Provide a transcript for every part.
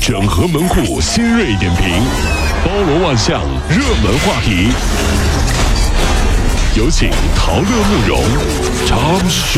整合门户新锐点评，包罗万象，热门话题。有请陶乐慕容 Tom Show。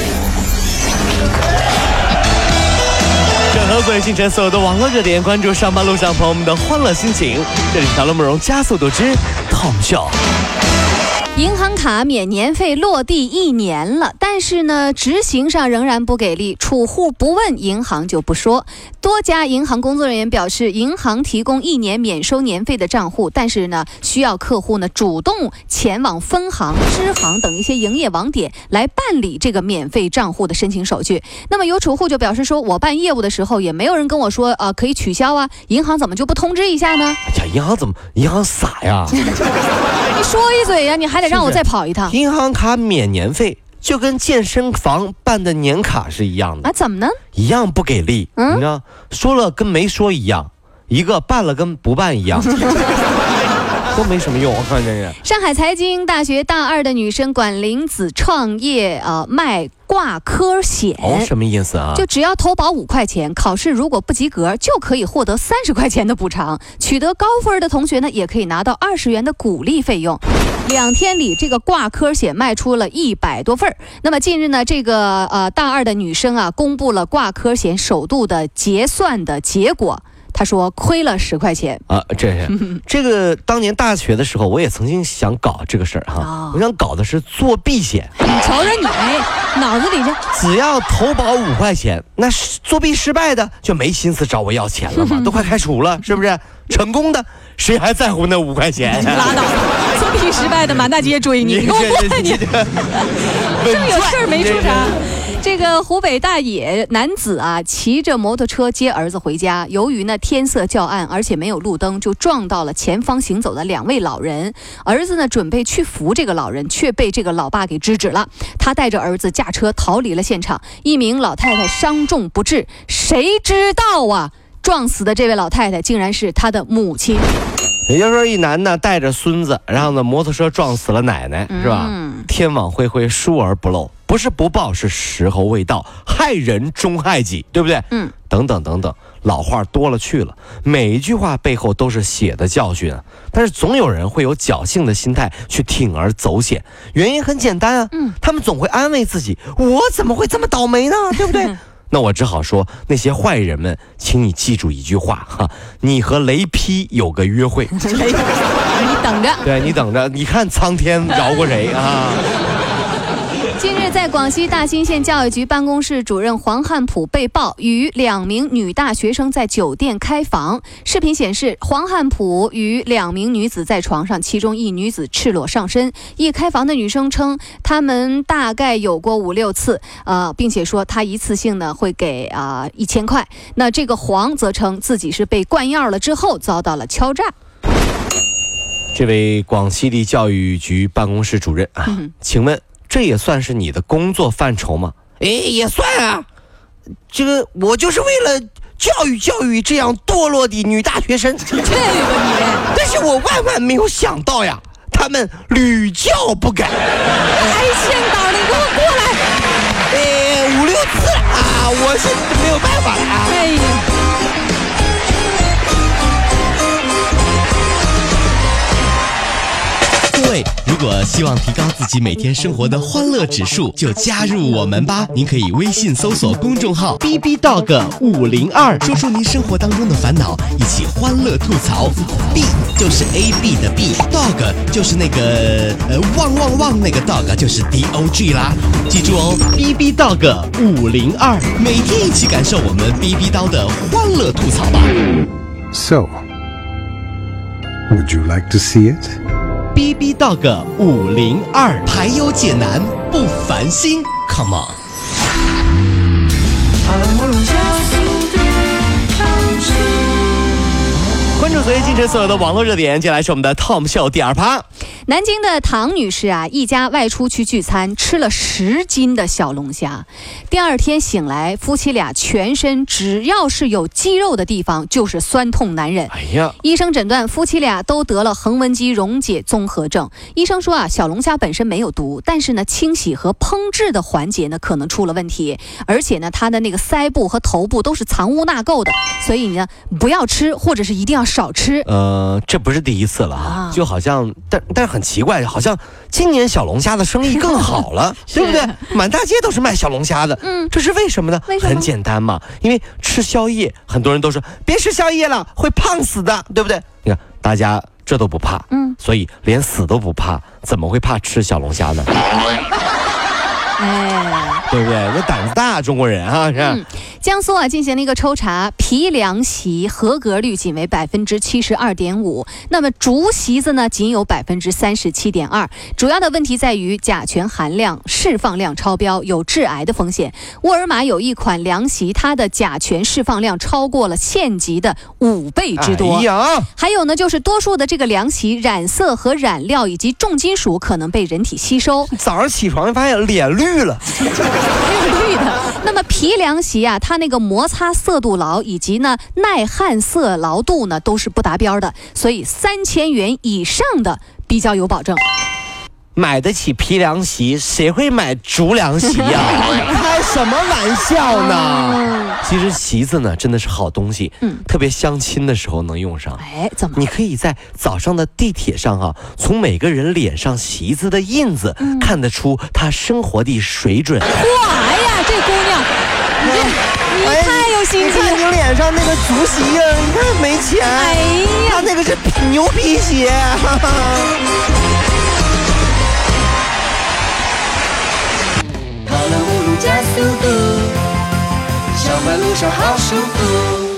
整合最新城所有的网络热点，关注上班路上朋友们的欢乐心情。这里是陶乐慕容加速度之 Tom Show。 银行卡免年费落地1年了，但是呢，执行上仍然不给力，储户不问，银行就不说。多家银行工作人员表示，银行提供1年免收年费的账户，但是呢，需要客户呢主动前往分行、支行等一些营业网点来办理这个免费账户的申请手续。那么有储户就表示说，我办业务的时候也没有人跟我说可以取消啊，银行怎么就不通知一下呢？ 哎呀，银行傻呀？ 你说一嘴呀，你还得让我再跑一趟。 银行卡免年费就跟健身房办的年卡是一样的啊？怎么呢？ 一样不给力，你知道，说了跟没说一样，一个办了跟不办一样。都没什么用，我看真是。 上海财经大学大2的女生管玲子创业卖挂科险。 什么意思啊？ 就只要投保5块钱，考试如果不及格，就可以获得30块钱的补偿。取得高分的同学呢，也可以拿到20元的鼓励费用。2天里，这个挂科险卖出了100多份。那么近日呢，这个大2的女生公布了挂科险首度的结算的结果。他说亏了10块钱啊，这个当年大学的时候，我也曾经想搞这个事儿哈。我想搞的是作弊险。 你瞅瞅你，脑子里这只要投保5块钱，那作弊失败的就没心思找我要钱了嘛，都快开除了，是不是？成功的谁还在乎那5块钱？ 拉倒，作弊失败的满大街追你，你给我过你！正有事儿没出啥。这个湖北大冶男子骑着摩托车接儿子回家，由于呢天色较暗，而且没有路灯，就撞到了前方行走的2位老人。儿子呢准备去扶这个老人，却被这个老爸给制止了。他带着儿子驾车逃离了现场。一名老太太伤重不治，谁知道撞死的这位老太太竟然是他的母亲。 也就是说，一男的带着孙子，然后呢摩托车撞死了奶奶，是吧？天网恢恢，疏而不漏，不是不报，是时候未到，害人终害己，对不对？等等等等，老话多了去了，每一句话背后都是血的教训啊。但是总有人会有侥幸的心态去铤而走险，原因很简单他们总会安慰自己，我怎么会这么倒霉呢？对不对？那我只好说，那些坏人们，请你记住一句话你和雷劈有个约会。 你等着， 对，你等着，你看苍天饶过谁啊？ 近日，在广西大兴县教育局办公室主任黄汉普被曝与2名女大学生在酒店开房。视频显示，黄汉普与2名女子在床上，其中一女子赤裸上身。一开房的女生称，他们大概有过5、6次，并且说她一次性呢会给1000块。那这个黄则称自己是被灌药了之后遭到了敲诈。 这位广西的教育局办公室主任请问这也算是你的工作范畴吗？也算啊，这个我就是为了教育这样堕落的女大学生。 对吧你？ 但是我万万没有想到呀，他们屡教不改。 先导，你给我过来。 5、6次了我是没有办法了各位，如果希望提高自己每天生活的欢乐指数，就加入我们吧。您可以微信搜索公众号 BBDog 502，说出您生活当中的烦恼，一起欢乐吐槽。B 就是 AB 的 B，Dog 就是那个旺那个 Dog 就是 DOG 啦。记住哦 ，BBDog 502，每天一起感受我们 BBDog 的欢乐吐槽吧。 So, would you like to see it?BBDog 502，排忧解难不烦心 ，Come on！ 关注昨天今晨所有的网络热点，接下来是我们的 Tom 秀第2趴。 南京的唐女士啊，一家外出去聚餐，吃了10斤的小龙虾。第二天醒来，夫妻俩全身只要是有肌肉的地方就是酸痛难忍。 哎呀， 医生诊断夫妻俩都得了横纹肌溶解综合症。医生说啊，小龙虾本身没有毒，但是呢，清洗和烹制的环节呢可能出了问题，而且呢，它的那个腮部和头部都是藏污纳垢的，所以呢，不要吃，或者是一定要少吃。 这不是第一次了哈，就好像，但是很奇怪，好像今年小龙虾的生意更好了，对不对？满大街都是卖小龙虾的，这是为什么呢？ 为什么？ 很简单嘛，因为吃宵夜，很多人都说别吃宵夜了，会胖死的，对不对？你看大家这都不怕，所以连死都不怕，怎么会怕吃小龙虾呢？ 哎， 对不对？那胆子大，中国人啊，是。 江苏啊进行了一个抽查，皮凉席合格率仅为72.5%，那么竹席子呢仅有37.2%。主要的问题在于甲醛含量、释放量超标，有致癌的风险。沃尔玛有一款凉席，它的甲醛释放量超过了县级的5倍之多。 哎呀， 还有呢，就是多数的这个凉席染色和染料以及重金属可能被人体吸收。 早上起床发现脸绿了， 绿的。那么皮凉席啊，它那个摩擦色度牢以及呢耐焊色牢度呢都是不达标的，所以3000元以上的比较有保证。 买得起皮凉席，谁会买竹凉席呀？开什么玩笑呢？其实席子呢真的是好东西，特别相亲的时候能用上。 哎，怎么？ 你可以在早上的地铁上啊，从每个人脸上席子的印子，看得出他生活的水准。 哇呀，这姑娘，你太有心机了。 你看你脸上那个竹席呀，你看没钱。 哎呀， 他那个是牛皮鞋。 跑了5路加速度，小马路上好舒服。